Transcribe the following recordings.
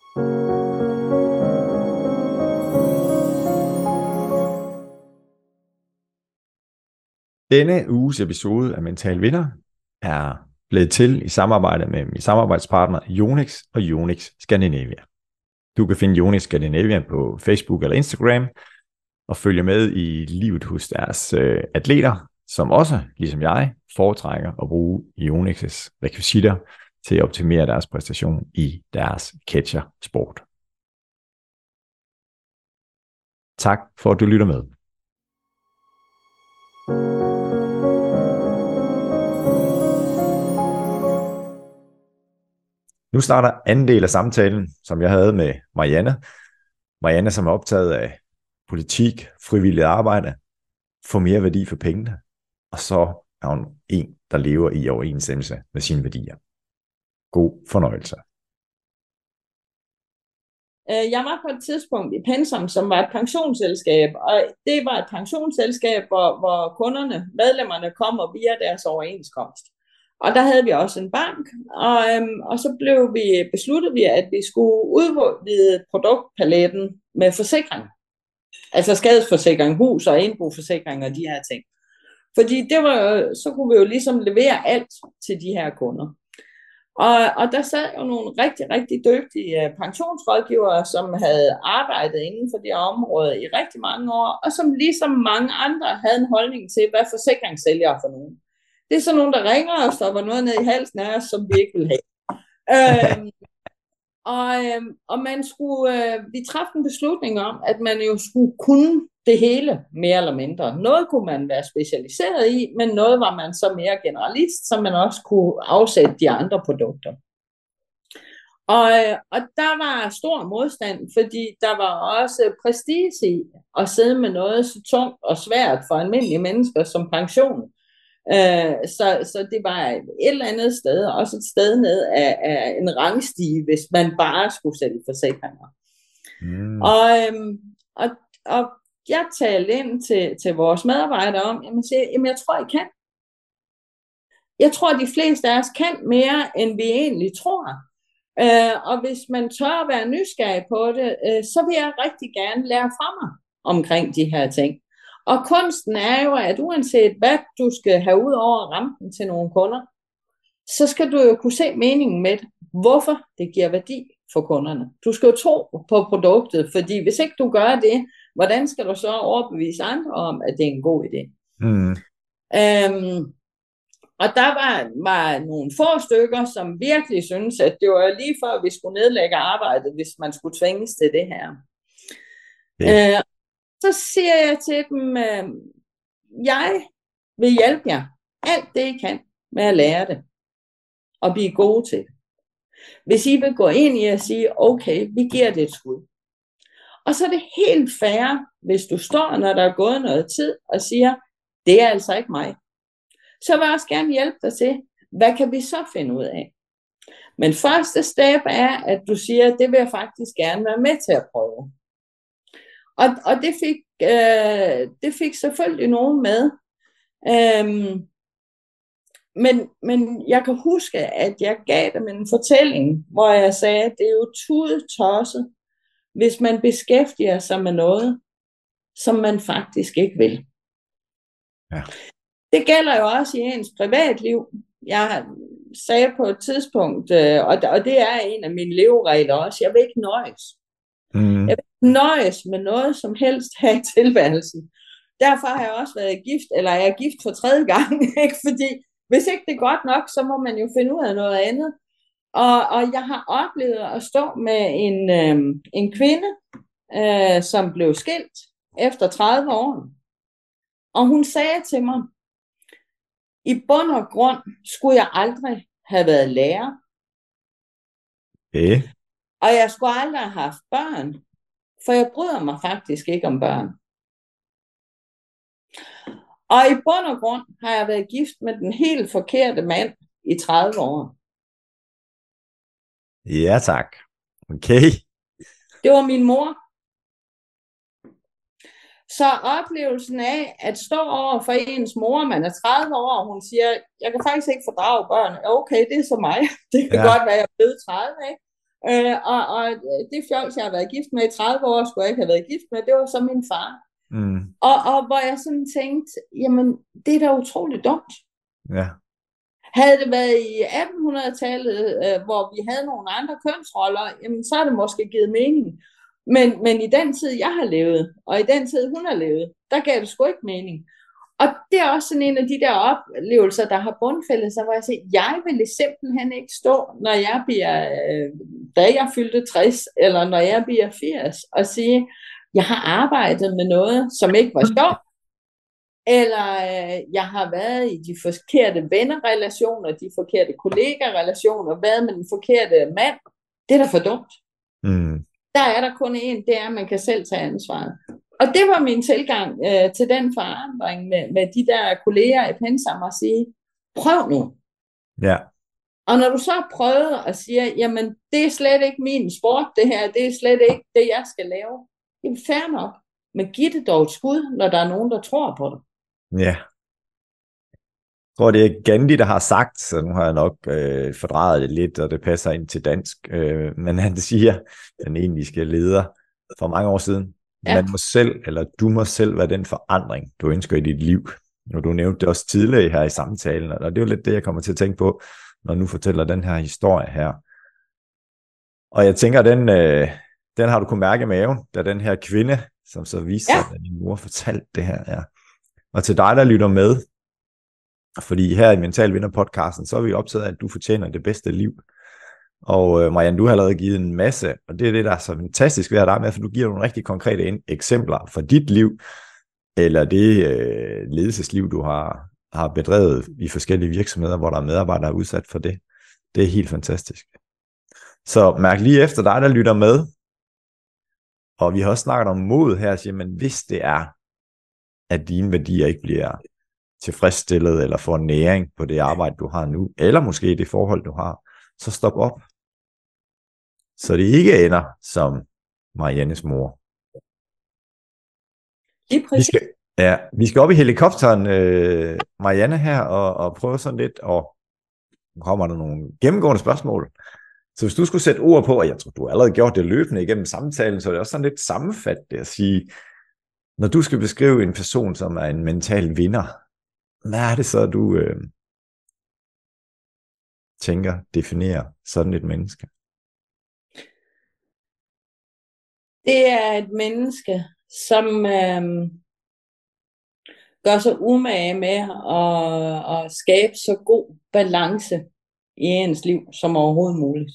Denne uges episode af Mental Vinder er blevet til i samarbejde med min samarbejdspartner Yonex og Yonex Scandinavia. Du kan finde Yonex Scandinavia på Facebook eller Instagram og følge med i livet hos deres atleter, som også, ligesom jeg, foretrækker at bruge Yonex' rekvisitter til at optimere deres præstation i deres catcher-sport. Tak for at du lytter med. Nu starter anden del af samtalen, som jeg havde med Marianne. Marianne, som er optaget af politik, frivilligt arbejde, få mere værdi for pengene, og så er hun en, der lever i overensstemmelse med sine værdier. God fornøjelse. Jeg var på et tidspunkt i Pensum, som var et pensionsselskab, og det var et pensionsselskab, hvor kunderne, medlemmerne kommer via deres overenskomst. Og der havde vi også en bank, og så besluttede vi, at vi skulle udvide produktpaletten med forsikring. Altså skadesforsikring, hus- og indboforsikring og de her ting. Fordi så kunne vi jo ligesom levere alt til de her kunder. Og der sad jo nogle rigtig, rigtig dygtige pensionsrådgivere, som havde arbejdet inden for det område i rigtig mange år, og som ligesom mange andre havde en holdning til, hvad forsikringssælgere for nogen. Det er sådan nogen, der ringer og stopper noget ned i halsen af os, som vi ikke vil have. Vi træffede en beslutning om, at man jo skulle kunne det hele, mere eller mindre. Noget kunne man være specialiseret i, men noget var man så mere generalist, så man også kunne afsætte de andre produkter. Og der var stor modstand, fordi der var også prestige i at sidde med noget så tungt og svært for almindelige mennesker som pension. Så det var et eller andet sted, også et sted ned af en rangstige, hvis man bare skulle sælge forsikringer. Og jeg talte ind til vores medarbejdere om, jeg tror, I kan. Jeg tror, de fleste af os kan mere, end vi egentlig tror. Og hvis man tør at være nysgerrig på det, så vil jeg rigtig gerne lære fra mig omkring de her ting. Og kunsten er jo, at uanset hvad du skal have ud over rampen til nogle kunder, så skal du jo kunne se meningen med det. Hvorfor det giver værdi for kunderne. Du skal jo tro på produktet, fordi hvis ikke du gør det, hvordan skal du så overbevise andre om, at det er en god idé? Og der var nogle få stykker, som virkelig synes, at det var lige før, vi skulle nedlægge arbejdet, hvis man skulle tvinges til det her. Så siger jeg til dem, jeg vil hjælpe jer alt det, I kan med at lære det, og blive gode til det. Hvis I vil gå ind i at sige, okay, vi giver det et skud. Og så er det helt fair, hvis du står, når der er gået noget tid, og siger, det er altså ikke mig. Så vil jeg også gerne hjælpe dig til, hvad kan vi så finde ud af? Men første step er, at du siger, det vil jeg faktisk gerne være med til at prøve. Og det fik selvfølgelig nogen med. Men jeg kan huske, at jeg gav dem en fortælling, hvor jeg sagde, at det er jo tudetosset, hvis man beskæftiger sig med noget, som man faktisk ikke vil. Ja. Det gælder jo også i ens privatliv. Jeg sagde på et tidspunkt, og det er en af mine leveregler også, jeg vil ikke nøjes. Jeg vil ikke nøjes med noget som helst her i tilværelsen. Derfor har jeg også været gift, eller jeg er gift for 3. gang, ikke? Fordi hvis ikke det er godt nok, så må man jo finde ud af noget andet. Og jeg har oplevet at stå med en kvinde, som blev skilt efter 30 år. Og hun sagde til mig, i bund og grund skulle jeg aldrig have været lærer. Og jeg skulle aldrig have haft børn, for jeg bryder mig faktisk ikke om børn. Og i bund og grund har jeg været gift med den helt forkerte mand i 30 år. Ja, tak. Okay. Det var min mor. Så oplevelsen af at stå over for ens mor, man er 30 år, og hun siger, jeg kan faktisk ikke fordrage børn. Okay, det er så mig. Det kan godt være, jeg er blevet 30, ikke? Og det fjols, jeg har været gift med i 30 år, skulle jeg ikke have været gift med, det var så min far. Mm. Og hvor jeg sådan tænkte, jamen, det er da utroligt dumt. Ja. Havde det været i 1800-tallet, hvor vi havde nogle andre kønsroller, jamen, så har det måske givet mening. Men i den tid, jeg har levet, og i den tid, hun har levet, der gav det sgu ikke mening. Og det er også sådan en af de der oplevelser, der har bundfældet sig, hvor jeg siger, jeg ville simpelthen ikke stå, når jeg bliver, da jeg fyldte 60, eller når jeg bliver 80, og sige, jeg har arbejdet med noget, som ikke var sjovt, eller jeg har været i de forkerte vennerrelationer, de forkerte kollegarelationer, været med den forkerte mand. Det er da for dumt. Mm. Der er der kun én, det er, at man kan selv tage ansvaret. Og det var min tilgang til den forandring med de der kolleger i Pensam at sige, prøv nu. Ja. Og når du så prøver at sige, jamen det er slet ikke min sport, det her, det er slet ikke det, jeg skal lave. Det er fair nok, men giv det dog et skud, når der er nogen, der tror på det. Ja. Jeg tror, det er Gandhi, der har sagt, så nu har jeg nok fordrejet det lidt, og det passer ind til dansk, men han siger, den indiske leder for mange år siden, man må selv, eller du må selv være den forandring, du ønsker i dit liv. Og du nævnte det også tidligere her i samtalen, og det er jo lidt det, jeg kommer til at tænke på, når du fortæller den her historie her. Og jeg tænker, den har du kunnet mærke i maven, da den her kvinde, som så viste sig, at din mor fortalte det her. Ja. Og til dig, der lytter med, fordi her i Mental Vinder podcasten, så er vi optaget af, at du fortjener det bedste liv. Og Marianne, du har allerede givet en masse, og det er det, der er så fantastisk ved at dig med, for du giver nogle rigtig konkrete eksempler fra dit liv, eller det ledelsesliv, du har bedrevet i forskellige virksomheder, hvor der er medarbejdere udsat for det. Det er helt fantastisk. Så mærk lige efter dig, der lytter med. Og vi har også snakket om mod her, siger man, hvis det er, at dine værdier ikke bliver tilfredsstillet, eller får næring på det arbejde, du har nu, eller måske det forhold, du har, så stop op. Så det ikke ender som Mariannes mor. Vi skal op i helikopteren, Marianne her, og prøve sådan lidt, og nu kommer der nogle gennemgående spørgsmål. Så hvis du skulle sætte ord på, og jeg tror, du har allerede gjort det løbende igennem samtalen, så er det også sådan lidt sammenfattende at sige, når du skal beskrive en person, som er en mental vinder, hvad er det så, du tænker, definerer sådan et menneske? Det er et menneske, som gør sig umage med at skabe så god balance i ens liv som overhovedet muligt.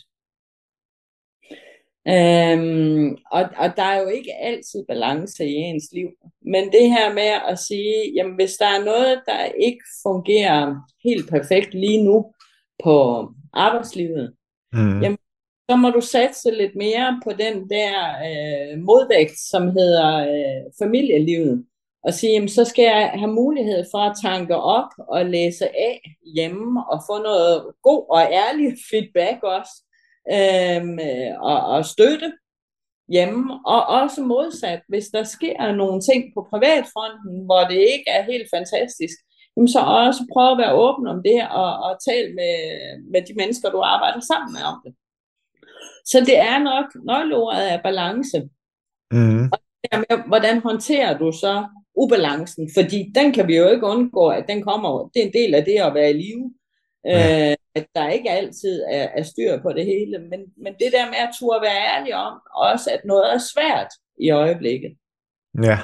Og der er jo ikke altid balance i ens liv, men det her med at sige, jamen hvis der er noget, der ikke fungerer helt perfekt lige nu på arbejdslivet, jamen så må du satse lidt mere på den der modvægt, som hedder familielivet, og sige, jamen, så skal jeg have mulighed for at tanke op og læse af hjemme, og få noget god og ærlig feedback også, og støtte hjemme, og også modsat, hvis der sker nogle ting på privatfronten, hvor det ikke er helt fantastisk, jamen så også prøve at være åben om det, og tale med de mennesker, du arbejder sammen med om det. Så det er nok nøgleordet af balance. Og dermed, hvordan håndterer du så ubalancen? Fordi den kan vi jo ikke undgå, at den kommer. Det er en del af det at være i live. At der ikke altid er styr på det hele. Men det der med at turde være ærlig om, også at noget er svært i øjeblikket. Ja.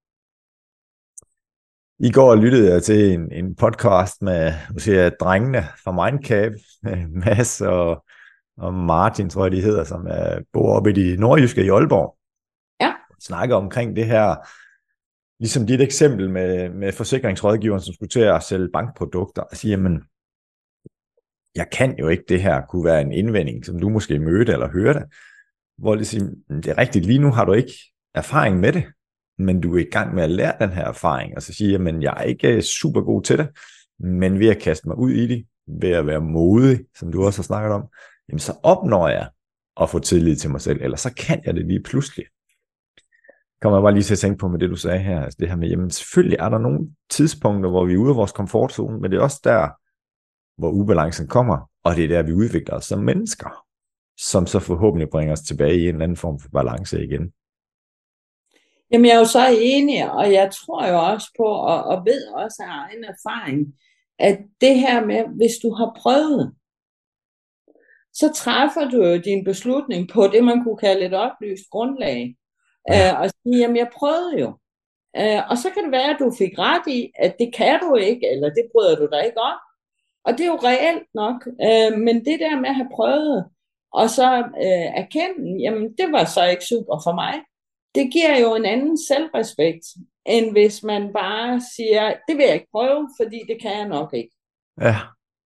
I går lyttede jeg til en podcast med drengene fra Mindcap, Mads og Martin, tror jeg de hedder, som bor oppe i de nordjyske i Aalborg. Ja. Snakker omkring det her, ligesom dit eksempel med forsikringsrådgiveren, som skulle til at sælge bankprodukter, og sige, jamen, jeg kan jo ikke det her, kunne være en indvending, som du måske mødte eller hørte, hvor det siger, det er rigtigt, lige nu har du ikke erfaring med det, men du er i gang med at lære den her erfaring, og så siger, jamen, jeg er ikke super god til det, men ved at kaste mig ud i det, ved at være modig, som du også har snakket om, jamen så opnår jeg at få tillid til mig selv, eller så kan jeg det lige pludselig. Kommer jeg bare lige til at tænke på med det, du sagde her, altså det her med, jamen selvfølgelig er der nogle tidspunkter, hvor vi er ude af vores komfortzone, men det er også der, hvor ubalancen kommer, og det er der, vi udvikler os som mennesker. som så forhåbentlig bringer os tilbage i en eller anden form for balance igen. Jamen, jeg er jo så enig, og jeg tror jo også på, og ved også af egen erfaring, at det her med, hvis du har prøvet, så træffer du jo din beslutning på det, man kunne kalde et oplyst grundlag. Og sige, jamen jeg prøvede jo. Og så kan det være, at du fik ret i, at det kan du ikke, eller det bryder du dig ikke om. Og det er jo reelt nok. Men det der med at have prøvet, og så erkende, jamen det var så ikke super for mig. Det giver jo en anden selvrespekt, end hvis man bare siger, det vil jeg ikke prøve, fordi det kan jeg nok ikke. Ja.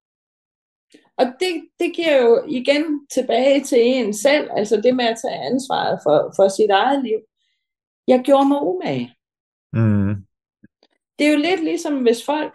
Og det giver jo igen tilbage til en selv, altså det med at tage ansvaret for sit eget liv. Jeg gjorde mig umage. Mm. Det er jo lidt ligesom, hvis folk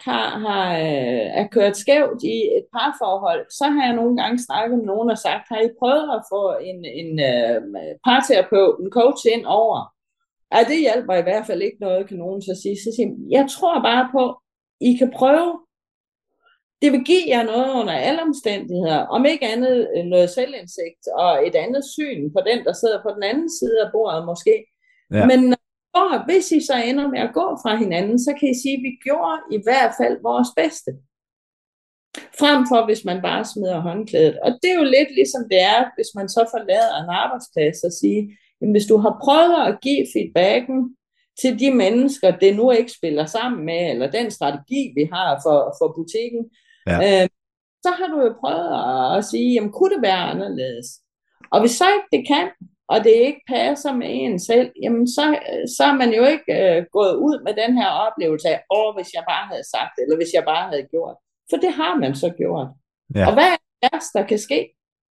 er kørt skævt i et parforhold, så har jeg nogle gange snakket med nogen og sagt, har I prøvet at få en parterapeut, en coach ind over? Ja, det hjælper i hvert fald ikke noget, kan nogen så sige. Så siger jeg tror bare på, I kan prøve. Det vil give jer noget under alle omstændigheder, om ikke andet noget selvindsigt og et andet syn på den, der sidder på den anden side af bordet måske. Ja. Men hvis I så ender med at gå fra hinanden, så kan I sige, at vi gjorde i hvert fald vores bedste. Frem for, hvis man bare smider håndklædet. Og det er jo lidt ligesom det er, hvis man så forlader en arbejdsplads og siger, jamen, hvis du har prøvet at give feedbacken til de mennesker, det nu ikke spiller sammen med, eller den strategi, vi har for butikken, så har du jo prøvet at sige, jamen, kunne det være anderledes? Og hvis så ikke det kan, og det ikke passer med en selv, jamen så er man jo ikke gået ud med den her oplevelse af, hvis jeg bare havde sagt det, eller hvis jeg bare havde gjort. For det har man så gjort. Ja. Og hvad er det værste, der kan ske?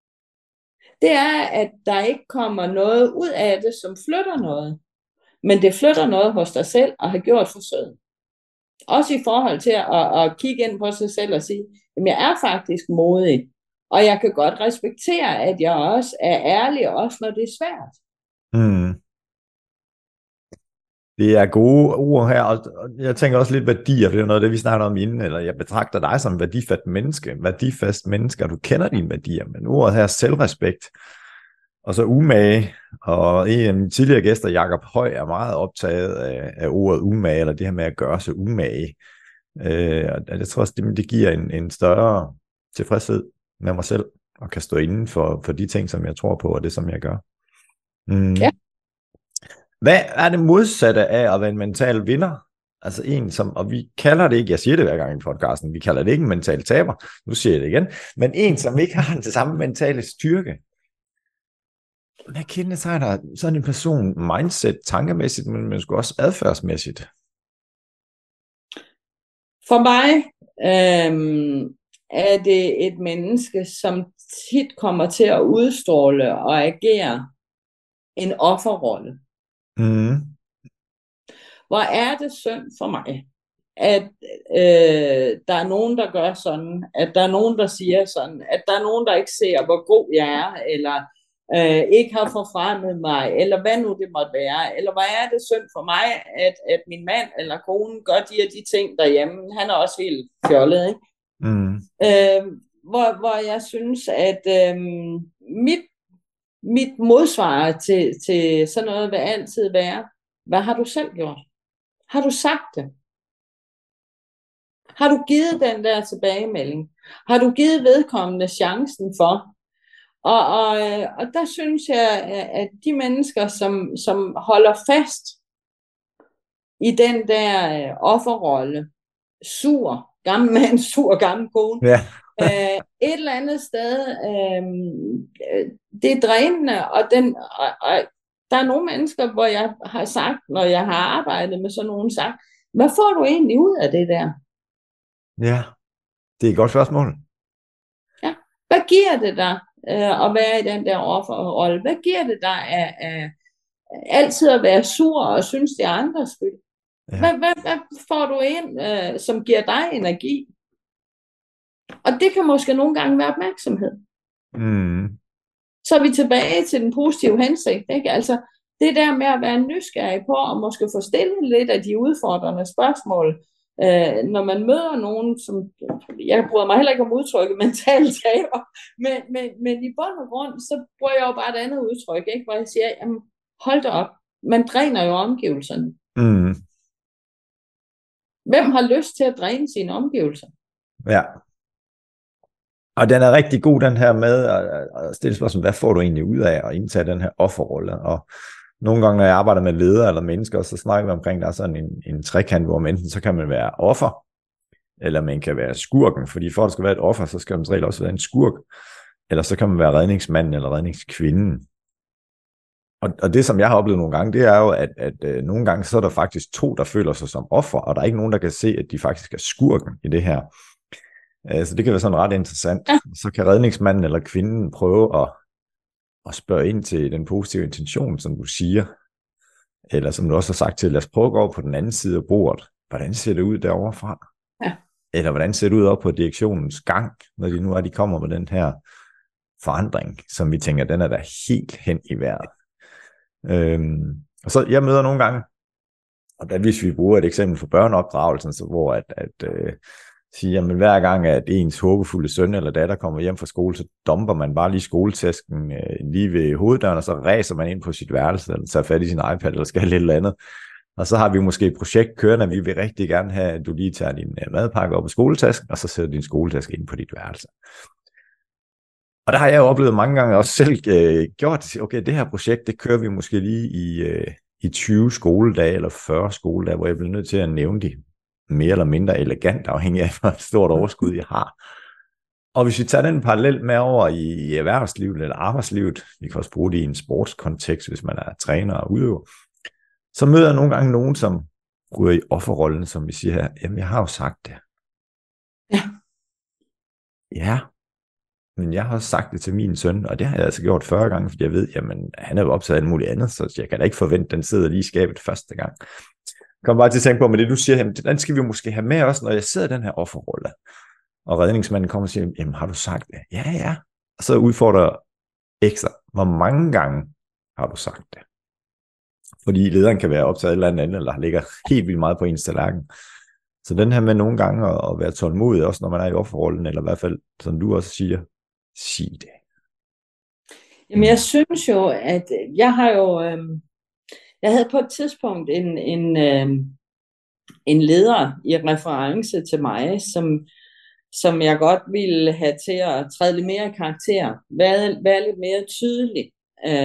Det er, at der ikke kommer noget ud af det, som flytter noget. Men det flytter noget hos dig selv, og har gjort forsøget. Også i forhold til at kigge ind på sig selv og sige, jamen jeg er faktisk modig. Og jeg kan godt respektere, at jeg også er ærlig, også når det er svært. Mm. Det er gode ord her, og jeg tænker også lidt værdier, for det er noget af det, vi snakker om inden, eller jeg betragter dig som værdifast menneske, og du kender dine værdier, men ordet her selvrespekt, og så umage, og en af mine tidligere gæster, Jakob Høj, er meget optaget af ordet umage, eller det her med at gøre sig umage. Og jeg tror også, det giver en større tilfredshed med mig selv, og kan stå inden for de ting, som jeg tror på, og det, som jeg gør. Mm. Ja. Hvad er det modsatte af at være en mental vinder? Altså en som, og vi kalder det ikke, jeg siger det hver gang i podcasten, vi kalder det ikke en mental taber, nu siger jeg det igen, men en, som ikke har den samme mentale styrke. Hvad kendetegner sådan en person mindset, tankemæssigt, men måske også adfærdsmæssigt? For mig er det et menneske, som tit kommer til at udstråle og agere en offerrolle. Mm. Hvor er det synd for mig, at der er nogen, der gør sådan, at der er nogen, der siger sådan, at der er nogen, der ikke ser, hvor god jeg er, eller ikke har forfremmet mig, eller hvad nu det måtte være, eller hvor er det synd for mig, at min mand eller kone gør de og de ting derhjemme. Han er også helt fjollet, ikke? Mm. Hvor jeg synes, at mit modsvar til sådan noget vil altid være, hvad har du selv gjort? Har du sagt det? Har du givet den der tilbagemelding? Har du givet vedkommende chancen for? Og der synes jeg, at de mennesker, som holder fast i den der offerrolle, sur, gammel mand, sur, gammel kone, ja. Et eller andet sted, det er drænende, og der er nogle mennesker, hvor jeg har sagt, når jeg har arbejdet med sådan nogen, sagt, hvad får du egentlig ud af det der? Ja, det er et godt spørgsmål. Ja, hvad giver det dig at være i den der offerrolle? Hvad giver det dig af altid at være sur og synes, det er andres skyld? Ja. Hvad får du ind, som giver dig energi? Og det kan måske nogle gange være opmærksomhed. Mm. Så er vi tilbage til den positive hensigt, ikke? Altså det der med at være nysgerrig på, og måske få stillet lidt af de udfordrende spørgsmål, Når man møder nogen, som, jeg bryder mig heller ikke om udtrykket mentale taber, men i bund og grund, så bruger jeg jo bare et andet udtryk, ikke? Hvor jeg siger, jamen, hold da op, man dræner jo omgivelserne. Mm. Hvem har lyst til at dræne sine omgivelser? Ja. Og den er rigtig god, den her med at stille spørgsmål, hvad får du egentlig ud af at indtage den her offerrolle? Og nogle gange, når jeg arbejder med ledere eller mennesker, så snakker vi omkring, der er sådan en trekant, hvor enten så kan man være offer, eller man kan være skurken, fordi for at det skal være et offer, så skal man som regel også være en skurk, eller så kan man være redningsmanden eller redningskvinden. Og det, som jeg har oplevet nogle gange, det er jo, at nogle gange, så er der faktisk to, der føler sig som offer, og der er ikke nogen, der kan se, at de faktisk er skurken i det her. Så det kan være sådan ret interessant. Ja. Så kan redningsmanden eller kvinden prøve at spørge ind til den positive intention, som du siger, eller som du også har sagt til, lad os prøve at gå over på den anden side af bordet. Hvordan ser det ud derovre fra? Ja. Eller hvordan ser det ud op på direktionens gang, når de kommer med den her forandring, som vi tænker, den er da helt hen i vejret. Og så jeg møder nogle gange, og da hvis vi bruger et eksempel for børneopdragelsen, så hvor at sige, jamen hver gang, at ens håbefulde søn eller datter kommer hjem fra skole, så dumper man bare lige skoletasken lige ved hoveddøren, og så ræser man ind på sit værelse, eller tager fat i sin iPad, eller skal lidt eller andet. Og så har vi måske et projekt kørende, vi vil rigtig gerne have, at du lige tager din madpakke op i skoletasken, og så sætter din skoletaske ind på dit værelse. Og der har jeg jo oplevet mange gange også selv gjort, okay, det her projekt, det kører vi måske lige i 20 skoledage, eller 40 skoledage, hvor jeg bliver nødt til at nævne de mere eller mindre elegant, afhængig af, hvor stort overskud jeg har. Og hvis vi tager den parallel med over i erhvervslivet eller arbejdslivet, vi kan også bruge det i en sportskontekst, hvis man er træner og udøver, så møder jeg nogle gange nogen, som ryger i offerrollen, som vi siger her, jamen jeg har jo sagt det. Ja. Ja, men jeg har også sagt det til min søn, og det har jeg altså gjort 40 gange, fordi jeg ved, jamen han er jo optaget af alt muligt andet, så jeg kan da ikke forvente, at den sidder lige i skabet første gang. Jeg kommer bare til at tænke på, med det du siger, jamen, den skal vi måske have med os, når jeg sidder i den her offerrolle. Og redningsmanden kommer og siger, jamen har du sagt det? Ja. Og så udfordrer ekstra, hvor mange gange har du sagt det? Fordi lederen kan være optaget af et eller andet, eller ligger helt vildt meget på ens tallerken. Så den her med nogle gange at være tålmodig, også når man er i offerrollen, eller i hvert fald, som du også siger, sig det. Jamen jeg synes jo, at jeg har jo... Jeg havde på et tidspunkt en leder i reference til mig, som jeg godt ville have til at træde lidt mere i karakter, være lidt mere tydelig.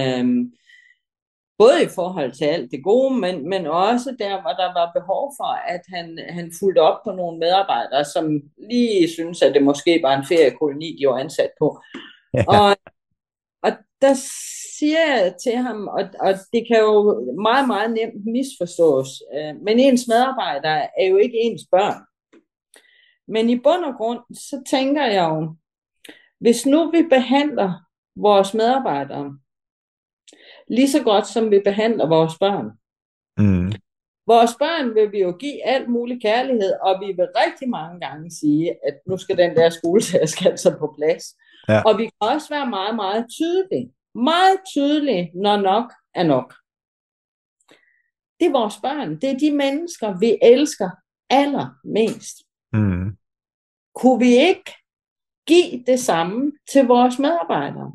Både i forhold til alt det gode, men også der, hvor der var behov for, at han fulgte op på nogle medarbejdere, som lige synes, at det måske var en feriekoloni, de var ansat på. Ja. Og der siger jeg til ham, og det kan jo meget, meget nemt misforstås, men ens medarbejdere er jo ikke ens børn. Men i bund og grund, så tænker jeg jo, hvis nu vi behandler vores medarbejdere lige så godt, som vi behandler vores børn. Vores børn vil vi jo give alt mulig kærlighed, og vi vil rigtig mange gange sige, at nu skal den der skoletaske altså på plads. Ja. Og vi kan også være meget, meget tydelige. Meget tydelige, når nok er nok. Det er vores børn. Det er de mennesker, vi elsker allermest. Kunne vi ikke give det samme til vores medarbejdere?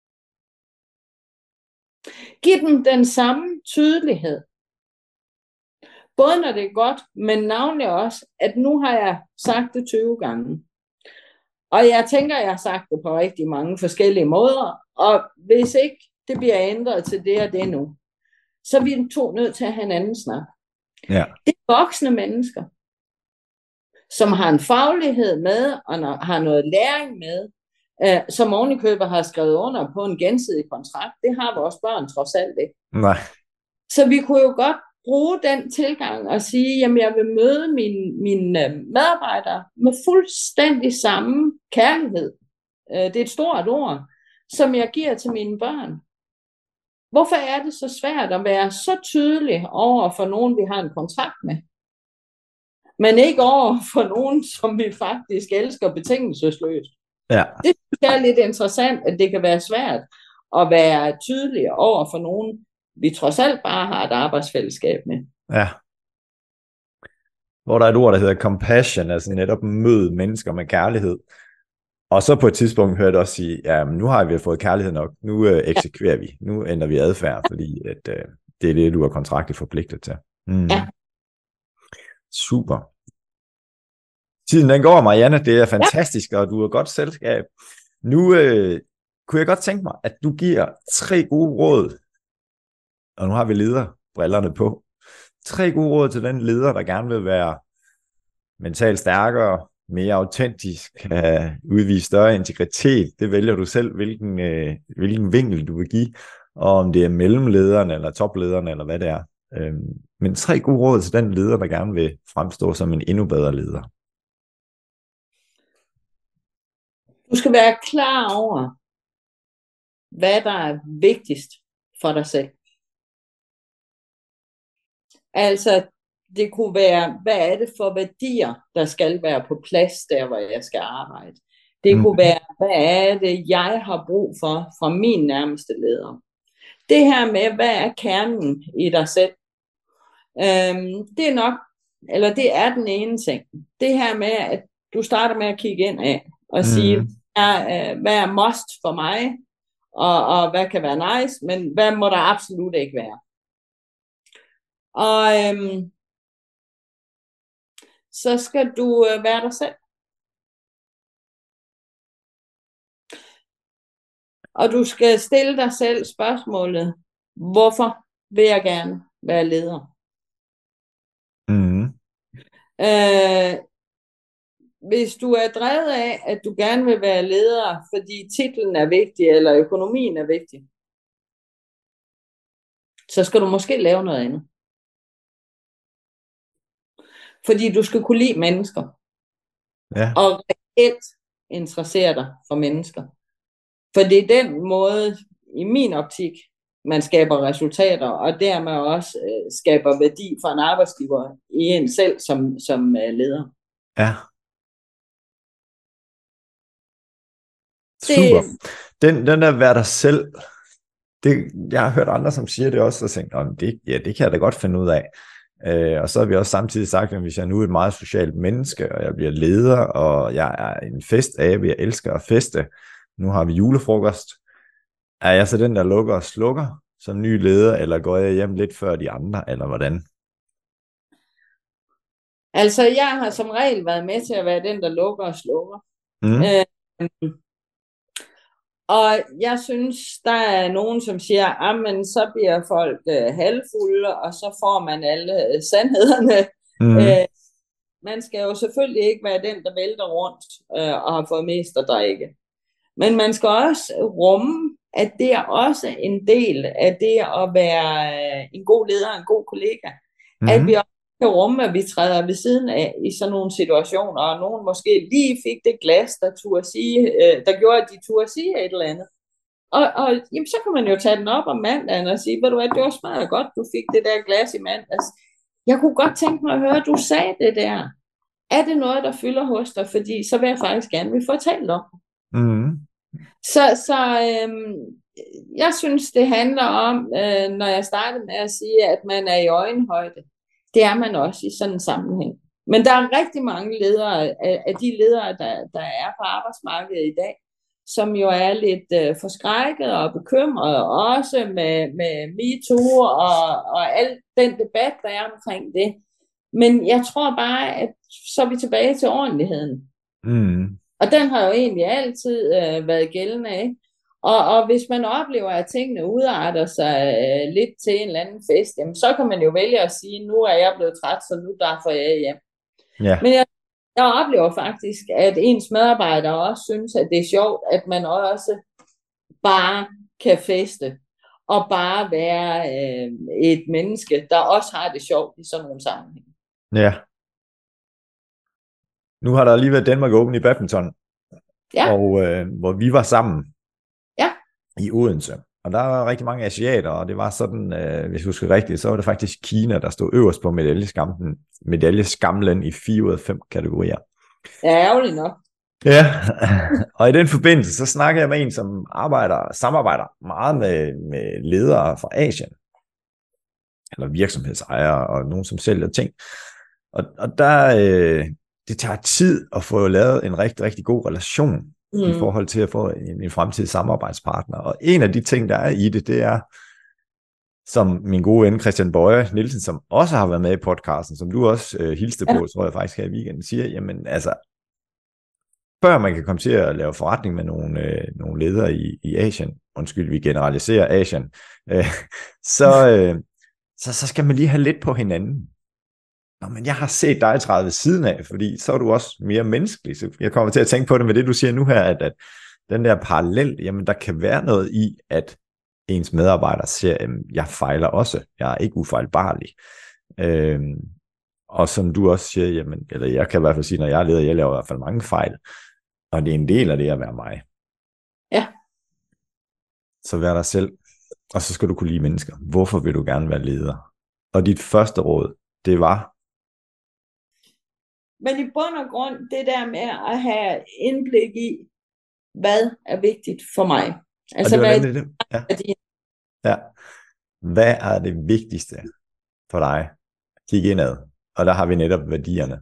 Giv dem den samme tydelighed. Både når det er godt, men navnlig også, at nu har jeg sagt det 20 gange. Og jeg tænker, jeg har sagt det på rigtig mange forskellige måder, og hvis ikke det bliver ændret til det og det nu, så er vi to nødt til at have en anden snak. Ja. Det er voksne mennesker, som har en faglighed med, og har noget læring med, som ovenikøbet har skrevet under på en gensidig kontrakt. Det har vores børn trods alt ikke. Nej. Så vi kunne jo godt bruge den tilgang og sige, jamen jeg vil møde mine medarbejdere med fuldstændig samme kærlighed. Det er et stort ord, som jeg giver til mine børn. Hvorfor er det så svært at være så tydelig over for nogen, vi har en kontrakt med, men ikke over for nogen, som vi faktisk elsker betingelsesløst? Ja. Det er lidt interessant, at det kan være svært at være tydelig over for nogen, vi trods alt bare har et arbejdsfællesskab med. Ja. hvor der er et ord, der hedder compassion, altså netop møde mennesker med kærlighed. Og så på et tidspunkt hørte jeg også sige, ja, men nu har vi fået kærlighed nok, nu eksekverer vi, nu ændrer vi adfærd, fordi at, det er det, du er kontraktligt forpligtet til. Ja. Super. Tiden den går, Marianne, det er fantastisk, og du er godt selskab. Nu kunne jeg godt tænke mig, at du giver 3 gode råd, og nu har vi lederbrillerne på. 3 gode råd til den leder, der gerne vil være mentalt stærkere, mere autentisk, udvise større integritet. Det vælger du selv, hvilken vinkel du vil give, og om det er mellemlederen eller toplederen eller hvad det er. Men 3 gode råd til den leder, der gerne vil fremstå som en endnu bedre leder. Du skal være klar over, hvad der er vigtigst for dig selv. Altså, det kunne være, hvad er det for værdier, der skal være på plads der, hvor jeg skal arbejde. Det kunne være, hvad er det, jeg har brug for fra min nærmeste leder. Det her med, hvad er kernen i dig selv. Det er nok, eller det er den ene ting. Det her med, at du starter med at kigge ind af og sige, hvad er must for mig, og hvad kan være nice, men hvad må der absolut ikke være. Og så skal du være dig selv. Og du skal stille dig selv spørgsmålet, hvorfor vil jeg gerne være leder? Hvis du er drevet af, at du gerne vil være leder, fordi titlen er vigtig, eller økonomien er vigtig, så skal du måske lave noget andet. Fordi du skal kunne lide mennesker. Og reelt interessere dig for mennesker. For det er den måde, i min optik, man skaber resultater, og dermed også skaber værdi for en arbejdsgiver i en selv som leder. Ja. Super. Den der være dig selv, jeg har hørt andre, som siger det også, og tænkt, det kan jeg da godt finde ud af. Og så har vi også samtidig sagt, at hvis jeg nu er et meget socialt menneske, og jeg bliver leder, og jeg er en festabe, jeg elsker at feste, nu har vi julefrokost, er jeg så den, der lukker og slukker som ny leder, eller går jeg hjem lidt før de andre, eller hvordan? Altså, jeg har som regel været med til at være den, der lukker og slukker. Og jeg synes, der er nogen, som siger, men så bliver folk halvfulde, og så får man alle sandhederne. Man skal jo selvfølgelig ikke være den, der vælter rundt og har fået mest at drikke. Men man skal også rumme, at det er også en del af det at være en god leder og en god kollega. At vi også kan rumme, at vi træder ved siden af i sådan nogle situationer, og nogen måske lige fik det glas, der gjorde, at de turde sige et eller andet. Og jamen, så kan man jo tage den op om mandagen og sige, ved du hvad, det var smadret godt, du fik det der glas i mandags. Jeg kunne godt tænke mig at høre, at du sagde det der. Er det noget, der fylder hos dig? Fordi så vil jeg faktisk gerne vil fortælle om. Så jeg synes, det handler om, når jeg startede med at sige, at man er i øjenhøjde. Det er man også i sådan en sammenhæng. Men der er rigtig mange ledere, af de ledere, der er på arbejdsmarkedet i dag, som jo er lidt forskrækket og bekymret, også med MeToo og al den debat, der er omkring det. Men jeg tror bare, at så er vi tilbage til ordentligheden. Og den har jo egentlig altid været gældende, ikke? Og hvis man oplever, at tingene udarter sig lidt til en eller anden fest, jamen, så kan man jo vælge at sige, nu er jeg blevet træt, så nu derfor jeg hjem. Men jeg oplever faktisk, at ens medarbejdere også synes, at det er sjovt, at man også bare kan feste, og bare være et menneske, der også har det sjovt i sådan nogle sammenhæng. Ja. Nu har der lige været Danmark Open i badminton, og hvor vi var sammen i Odense. Og der var rigtig mange asiater, og det var sådan, hvis du husker rigtigt, så var det faktisk Kina, der stod øverst på medaljeskamlen i 4 ud af 5 kategorier. Ja, ærgerligt nok. Ja, og i den forbindelse, så snakker jeg med en, som samarbejder meget med ledere fra Asien, eller virksomhedsejere, og nogen, som sælger ting. Og der, det tager tid at få lavet en rigtig, rigtig god relation i forhold til at få en fremtidig samarbejdspartner. Og en af de ting, der er i det, det er, som min gode ven Christian Bøje Nielsen, som også har været med i podcasten, som du også hilste på, tror jeg faktisk her i weekenden, siger, jamen altså, før man kan komme til at lave forretning med nogle ledere i Asien, undskyld, vi generaliserer Asien, så skal man lige have lidt på hinanden. Nå, men jeg har set dig træde ved siden af, fordi så er du også mere menneskelig. Så jeg kommer til at tænke på det med det, du siger nu her, at den der parallel, jamen der kan være noget i, at ens medarbejdere siger, at jeg fejler også, jeg er ikke ufejlbarlig. Og som du også siger, jamen, eller jeg kan i hvert fald sige, når jeg er leder, jeg laver i hvert fald mange fejl, og det er en del af det at være mig. Ja. Så vær dig selv, og så skal du kunne lide mennesker. Hvorfor vil du gerne være leder? Og dit første råd, det var? Men i bund og grund, det der med at have indblik i, hvad er vigtigt for mig. Altså, hvad er det? Ja. Hvad er det vigtigste for dig? Kig indad. Og der har vi netop værdierne.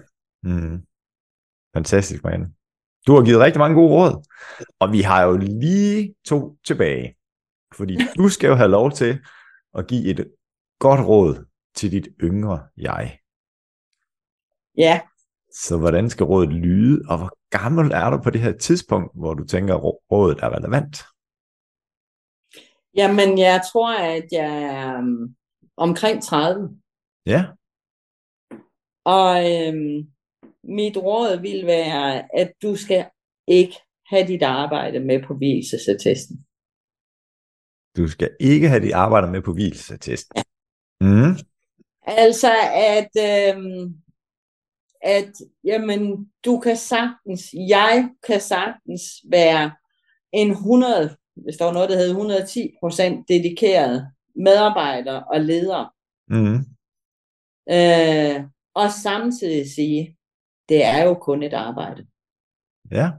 Fantastisk, Marianne. Du har givet rigtig mange gode råd. Og vi har jo lige 2 tilbage. Fordi du skal jo have lov til at give et godt råd til dit yngre jeg. Ja. Så hvordan skal rådet lyde, og hvor gammel er du på det her tidspunkt, hvor du tænker, at rådet er relevant? Jamen, jeg tror, at jeg er omkring 30. Ja. Og mit råd vil være, at du skal ikke have dit arbejde med på vielsesattesten. Du skal ikke have dit arbejde med på vielsesattesten. Ja. Altså, at jamen, jeg kan sagtens være en 100, hvis der var noget, der hed 110% dedikeret medarbejder og leder. Og samtidig sige, det er jo kun et arbejde. Ja.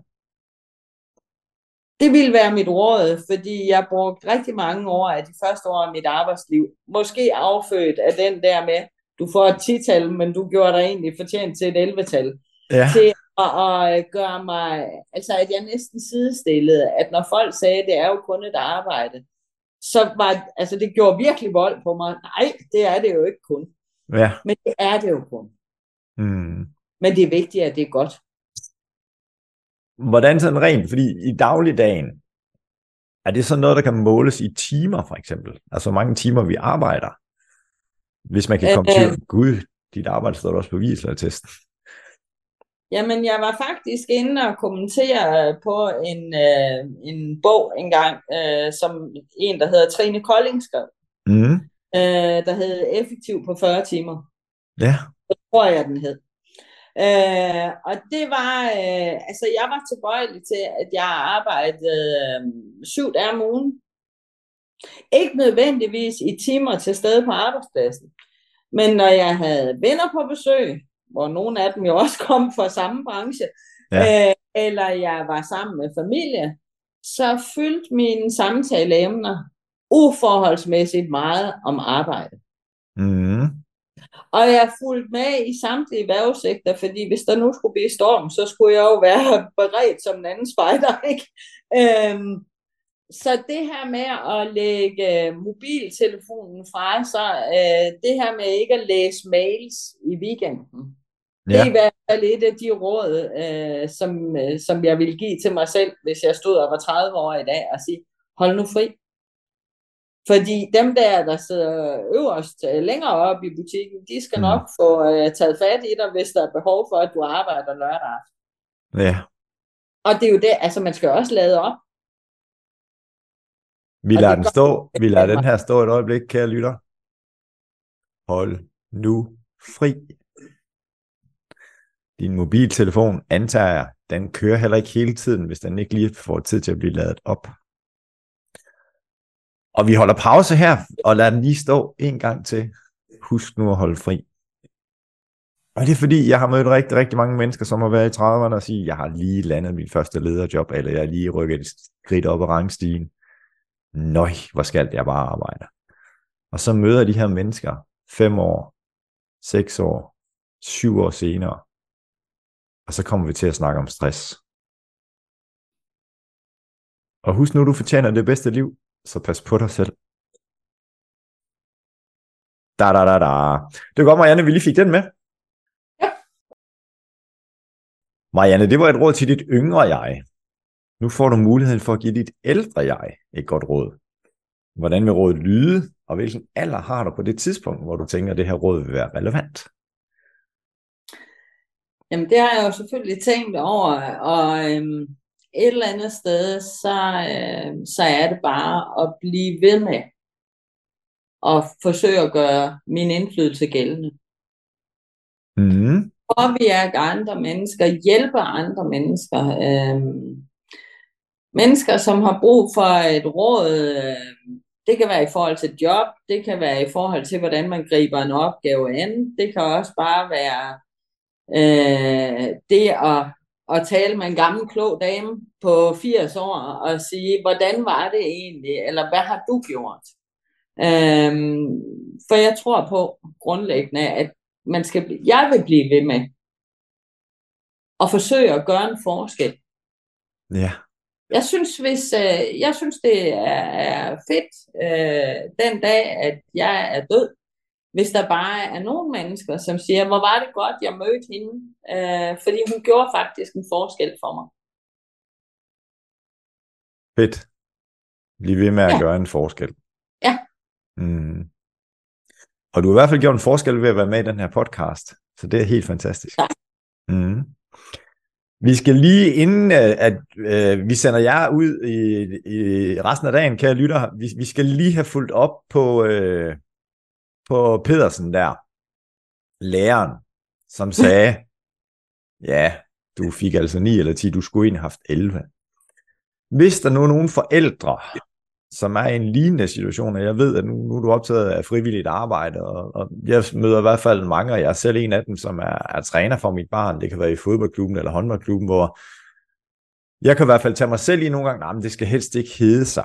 Det ville være mit råd, fordi jeg brugte rigtig mange år af de første år af mit arbejdsliv, måske affødt af den der med, du får et 10-tal, men du gjorde dig egentlig fortjent til et 11-tal. Ja. Til at gøre mig, altså at jeg næsten sidestillede, at når folk sagde, det er jo kun et arbejde, så var, altså det gjorde virkelig vold på mig. Nej, det er det jo ikke kun. Ja. Men det er det jo kun. Men det er vigtigt, at det er godt. Hvordan sådan rent, fordi i dagligdagen, er det sådan noget, der kan måles i timer for eksempel? Altså hvor mange timer vi arbejder? Hvis man kan komme til, gud, dit arbejde står også på vielsesattesten. Jamen, jeg var faktisk inde og kommentere på en bog engang, som en, der hedder Trine Kolding skrev. Der hed Effektiv på 40 timer. Ja. Det tror jeg, den hed. Og det var, altså jeg var tilbøjelig til, at jeg arbejdede 7 dage om ugen. Ikke nødvendigvis i timer til stede på arbejdspladsen. Men når jeg havde venner på besøg, hvor nogle af dem jo også kom fra samme branche, eller jeg var sammen med familie, så fyldte mine samtaleemner uforholdsmæssigt meget om arbejde. Og jeg fulgte med i samtlige vejrudsigter, fordi hvis der nu skulle blive storm, så skulle jeg jo være beredt som en anden spejder, ikke? Så det her med at lægge mobiltelefonen fra sig, det her med ikke at læse mails i weekenden, det er i hvert fald et af de råd, som jeg ville give til mig selv, hvis jeg stod og var 30 år i dag, og sige, hold nu fri. Fordi dem der sidder øverst længere op i butikken, de skal nok få taget fat i dig, hvis der er behov for, at du arbejder lørdag aften. Ja. Og det er jo det, altså man skal også lade op. Vi lader den her stå et øjeblik, kære lytter. Hold nu fri. Din mobiltelefon, antager jeg, den kører heller ikke hele tiden, hvis den ikke lige får tid til at blive ladet op. Og vi holder pause her, og lader den lige stå en gang til. Husk nu at holde fri. Og det er fordi, jeg har mødt rigtig, rigtig mange mennesker, som har været i 30'erne og sige, jeg har lige landet min første lederjob, eller jeg har lige rykket et skridt op ad rangstigen. Nøj, hvor skal jeg bare arbejde. Og så møder de her mennesker 5 år, 6 år, 7 år senere. Og så kommer vi til at snakke om stress. Og husk nu, du fortjener det bedste liv, så pas på dig selv. Da. Det var godt, Marianne, vi lige fik den med. Ja. Marianne, det var et råd til dit yngre jeg. Nu får du muligheden for at give dit ældre jeg et godt råd. Hvordan vil rådet lyde, og hvilken alder har du på det tidspunkt, hvor du tænker, at det her råd vil være relevant? Jamen, det har jeg jo selvfølgelig tænkt over, og et eller andet sted, så er det bare at blive ved med at forsøge at gøre min indflydelse gældende. Påvirke andre mennesker, hjælpe andre mennesker. Mennesker, som har brug for et råd, det kan være i forhold til job, det kan være i forhold til, hvordan man griber en opgave an. Det kan også bare være det at tale med en gammel klog dame på 80 år og sige, hvordan var det egentlig, eller hvad har du gjort? For jeg tror på grundlæggende, at jeg vil blive ved med at forsøge at gøre en forskel. Ja. Jeg synes, det er fedt den dag, at jeg er død, hvis der bare er nogle mennesker, som siger, hvor var det godt, jeg mødte hende, fordi hun gjorde faktisk en forskel for mig. Fedt. Bliv ved med at gøre en forskel. Ja. Og du har i hvert fald gjort en forskel ved at være med i den her podcast, så det er helt fantastisk. Ja. Vi skal lige, inden at vi sender jer ud i resten af dagen, kære lytter, vi skal lige have fulgt op på Pedersen der, læreren, som sagde, ja, du fik altså 9 eller 10, du skulle egentlig have haft 11. Hvis der nu er nogle forældre, som er i en lignende situation, og jeg ved, at nu er du optaget af frivilligt arbejde, og jeg møder i hvert fald mange, og jeg er selv en af dem, som er træner for mit barn. Det kan være i fodboldklubben eller håndboldklubben, hvor jeg kan i hvert fald tage mig selv i nogle gange, men det skal helst ikke hedde sig,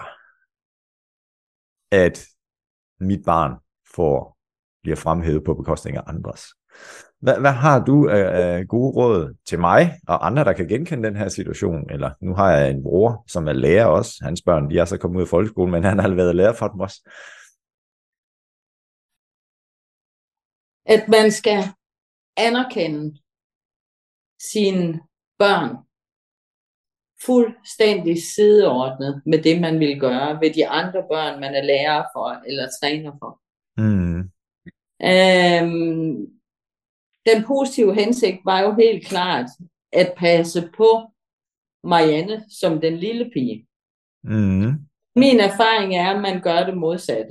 at mit barn bliver fremhævet på bekostning af andres. Hvad har du af gode råd til mig og andre, der kan genkende den her situation? Eller nu har jeg en bror, som er lærer også. Hans børn, de er så kommet ud af folkeskolen, men han har været lærer for dem også. At man skal anerkende sine børn fuldstændig sideordnet med det, man vil gøre ved de andre børn, man er lærer for eller træner for. Den positive hensigt var jo helt klart at passe på Marianne som den lille pige. Min erfaring er, at man gør det modsatte.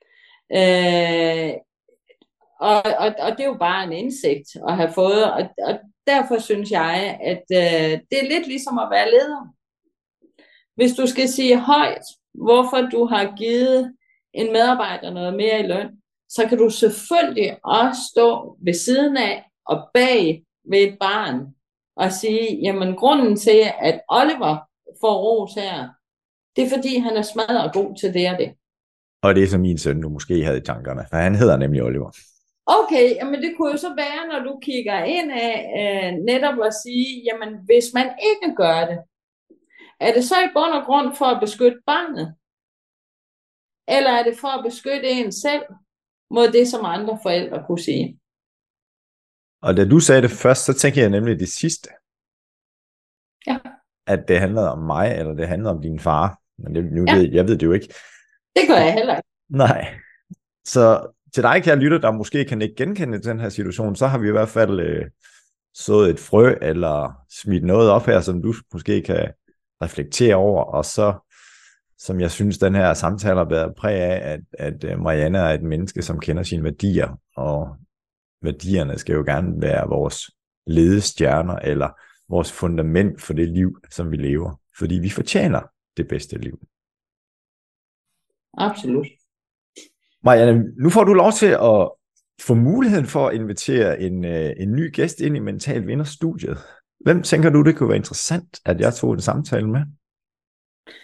Og det er jo bare en indsigt at have fået, og derfor synes jeg, at det er lidt ligesom at være leder. Hvis du skal sige højt, hvorfor du har givet en medarbejder noget mere i løn, så kan du selvfølgelig også stå ved siden af og bag ved et barn og sige, jamen grunden til, at Oliver får ros her, det er fordi, han er smadret god til det og det. Og det er så min søn, du måske havde i tankerne, for han hedder nemlig Oliver. Okay, jamen det kunne jo så være, når du kigger ind af netop at sige, jamen hvis man ikke gør det, er det så i bund og grund for at beskytte barnet? Eller er det for at beskytte en selv mod det, som andre forældre kunne sige? Og da du sagde det først, så tænker jeg nemlig det sidste. Ja. At det handlede om mig, eller det handlede om din far. Men jeg ved det jo ikke. Det gør jeg heller ikke. Nej. Så til dig, kære lytter, der måske kan ikke genkende den her situation, så har vi i hvert fald sået et frø, eller smidt noget op her, som du måske kan reflektere over, og så, som jeg synes, den her samtale har været præg af, at Marianne er et menneske, som kender sine værdier, og værdierne skal jo gerne være vores ledestjerner, eller vores fundament for det liv, som vi lever, fordi vi fortjener det bedste liv. Absolut. Marianne, nu får du lov til at få muligheden for at invitere en ny gæst ind i Mental Vinder studiet. Hvem tænker du, det kunne være interessant, at jeg tog en samtale med?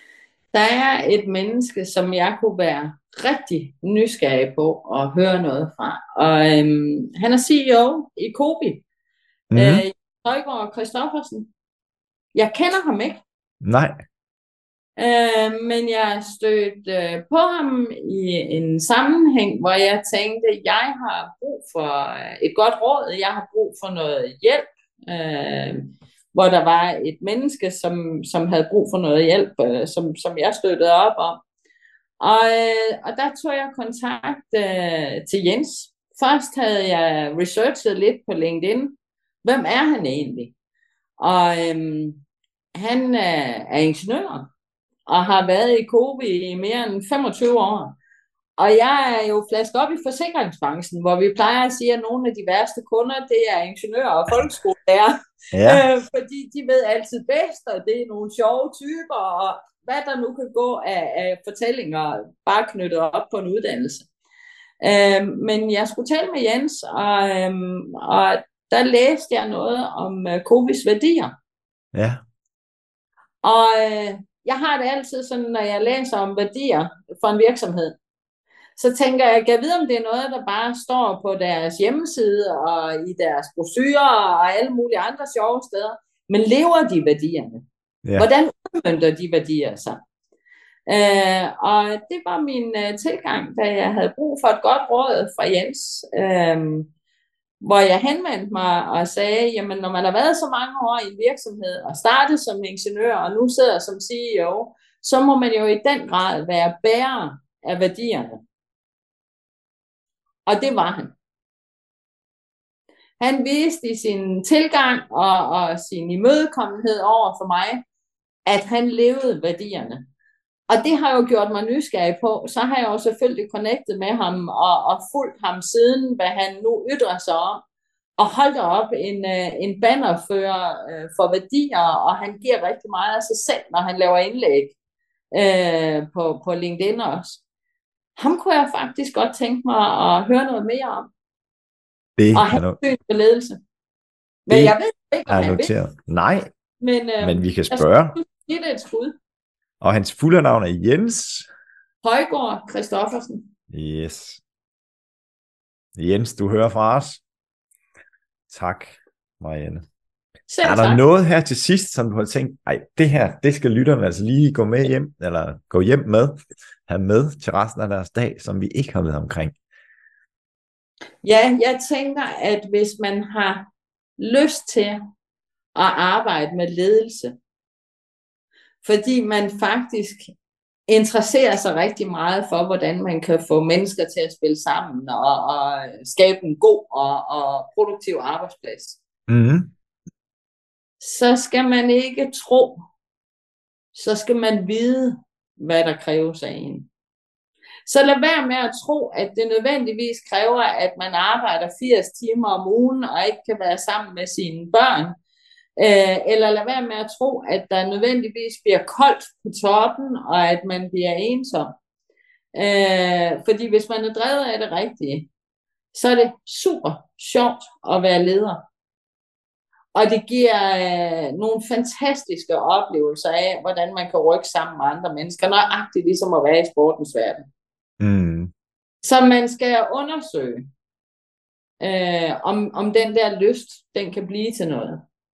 Der er et menneske, som jeg kunne være rigtig nysgerrig på at høre noget fra. Og han er CEO i Cobi. Mm-hmm. Højgaard Christoffersen. Jeg kender ham ikke. Nej. Men jeg stødte på ham i en sammenhæng, hvor jeg tænkte, jeg har brug for et godt råd. Jeg har brug for noget hjælp. Hvor der var et menneske, som havde brug for noget hjælp, som jeg støttede op om. Og der tog jeg kontakt til Jens. Først havde jeg researchet lidt på LinkedIn. Hvem er han egentlig? Og han er ingeniør og har været i Cobi i mere end 25 år. Og jeg er jo flasket op i forsikringsbranchen, hvor vi plejer at sige, at nogle af de værste kunder, det er ingeniører og folkeskolelærer. Ja. Fordi de ved altid bedst, og det er nogle sjove typer, og hvad der nu kan gå af fortællinger, bare knyttet op på en uddannelse. Men jeg skulle tale med Jens, og der læste jeg noget om Cobis værdier. Ja. Og jeg har det altid sådan, når jeg læser om værdier for en virksomhed, så tænker jeg, kan jeg vide, om det er noget, der bare står på deres hjemmeside og i deres brochurer og alle mulige andre sjove steder. Men lever de værdierne? Ja. Hvordan udmønter de værdier sig? Og det var min tilgang, da jeg havde brug for et godt råd fra Jens, hvor jeg henvendte mig og sagde, jamen når man har været så mange år i en virksomhed og startet som ingeniør og nu sidder som CEO, så må man jo i den grad være bærer af værdierne. Og det var han. Han viste i sin tilgang og sin imødekommenhed over for mig, at han levede værdierne. Og det har jo gjort mig nysgerrig på. Så har jeg jo selvfølgelig connectet med ham og fulgt ham siden, hvad han nu ytrer sig om. Og holdt op en bannerfører for værdier, og han giver rigtig meget af sig selv, når han laver indlæg på LinkedIn også. Ham kunne jeg faktisk godt tænke mig at høre noget mere om. Det og hans syn på ledelse. Men jeg ved ikke, om han noteret. Nej, men vi kan jeg spørge. Give det et skud. Og hans fulde navn er Jens Højgaard Christoffersen. Yes. Jens, du hører fra os. Tak, Marianne. Selv er der tak. noget her til sidst, som du har tænkt, ej, det her, det skal lytterne altså lige gå med hjem, eller gå hjem med, have med til resten af deres dag, som vi ikke har været omkring? Ja, jeg tænker, at hvis man har lyst til at arbejde med ledelse, fordi man faktisk interesserer sig rigtig meget for, hvordan man kan få mennesker til at spille sammen og skabe en god og produktiv arbejdsplads. Mm-hmm. Så skal man ikke tro, så skal man vide, hvad der kræves af en. Så lad være med at tro, at det nødvendigvis kræver, at man arbejder 80 timer om ugen og ikke kan være sammen med sine børn. Eller lad være med at tro, at der nødvendigvis bliver koldt på toppen, og at man bliver ensom. Fordi hvis man er drevet af det rigtige, så er det super sjovt at være leder. Og det giver nogle fantastiske oplevelser af, hvordan man kan rykke sammen med andre mennesker, nøjagtigt ligesom at være i sportens verden. Mm. Så man skal undersøge, om den der lyst, den kan blive til noget.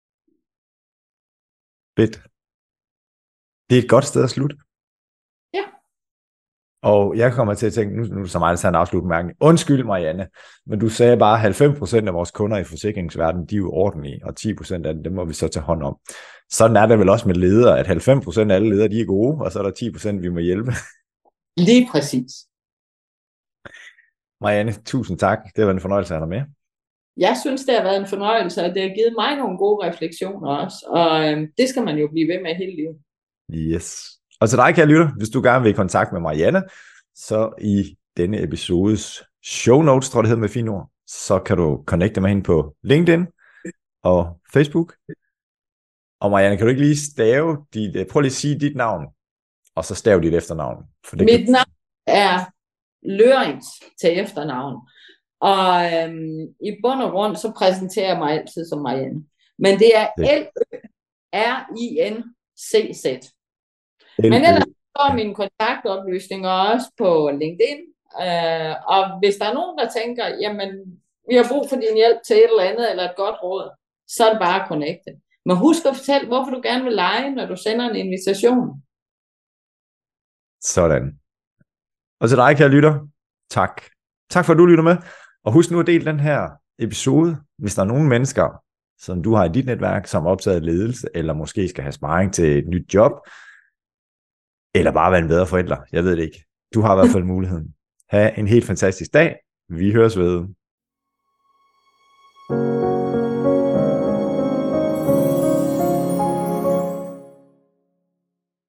Fedt. Det er et godt sted at slutte. Ja. Og jeg kommer til at tænke, nu så meget en afslutning. Undskyld, Marianne, men du sagde bare, at 90% af vores kunder i forsikringsverdenen, de er jo ordentlige, og 10% af dem må vi så tage hånd om. Sådan er det vel også med ledere, at 90% af alle ledere, de er gode, og så er der 10%, vi må hjælpe. Lige præcis. Marianne, tusind tak. Det har været en fornøjelse at have dig med. Jeg synes, det har været en fornøjelse, og det har givet mig nogle gode refleksioner også, og det skal man jo blive ved med hele livet. Yes. Og til dig, kære lytter, hvis du gerne vil i kontakt med Marianne, så i denne episodes show notes, tror jeg det hedder med fine ord, så kan du connecte med hende på LinkedIn og Facebook. Og Marianne, kan du ikke lige prøv lige at sige dit navn, og så stav dit efternavn. For det Mit navn er Lørings til efternavn. Og i bund og grund, så præsenterer jeg mig altid som Marianne. Men det er L-Ø-R-I-N-C-Z. Men ellers står mine kontaktoplysninger også på LinkedIn. Og hvis der er nogen, der tænker, jamen, vi har brug for din hjælp til et eller andet, eller et godt råd, så er det bare at connecte. Men husk at fortælle, hvorfor du gerne vil lege, når du sender en invitation. Sådan. Og til dig, kære lytter, tak. Tak for, at du lytter med. Og husk nu at dele den her episode, hvis der er nogle mennesker, som du har i dit netværk, som er optaget af ledelse, eller måske skal have sparring til et nyt job, eller bare være en bedre forælder. Jeg ved det ikke. Du har i hvert fald muligheden. Ha' en helt fantastisk dag. Vi høres ved.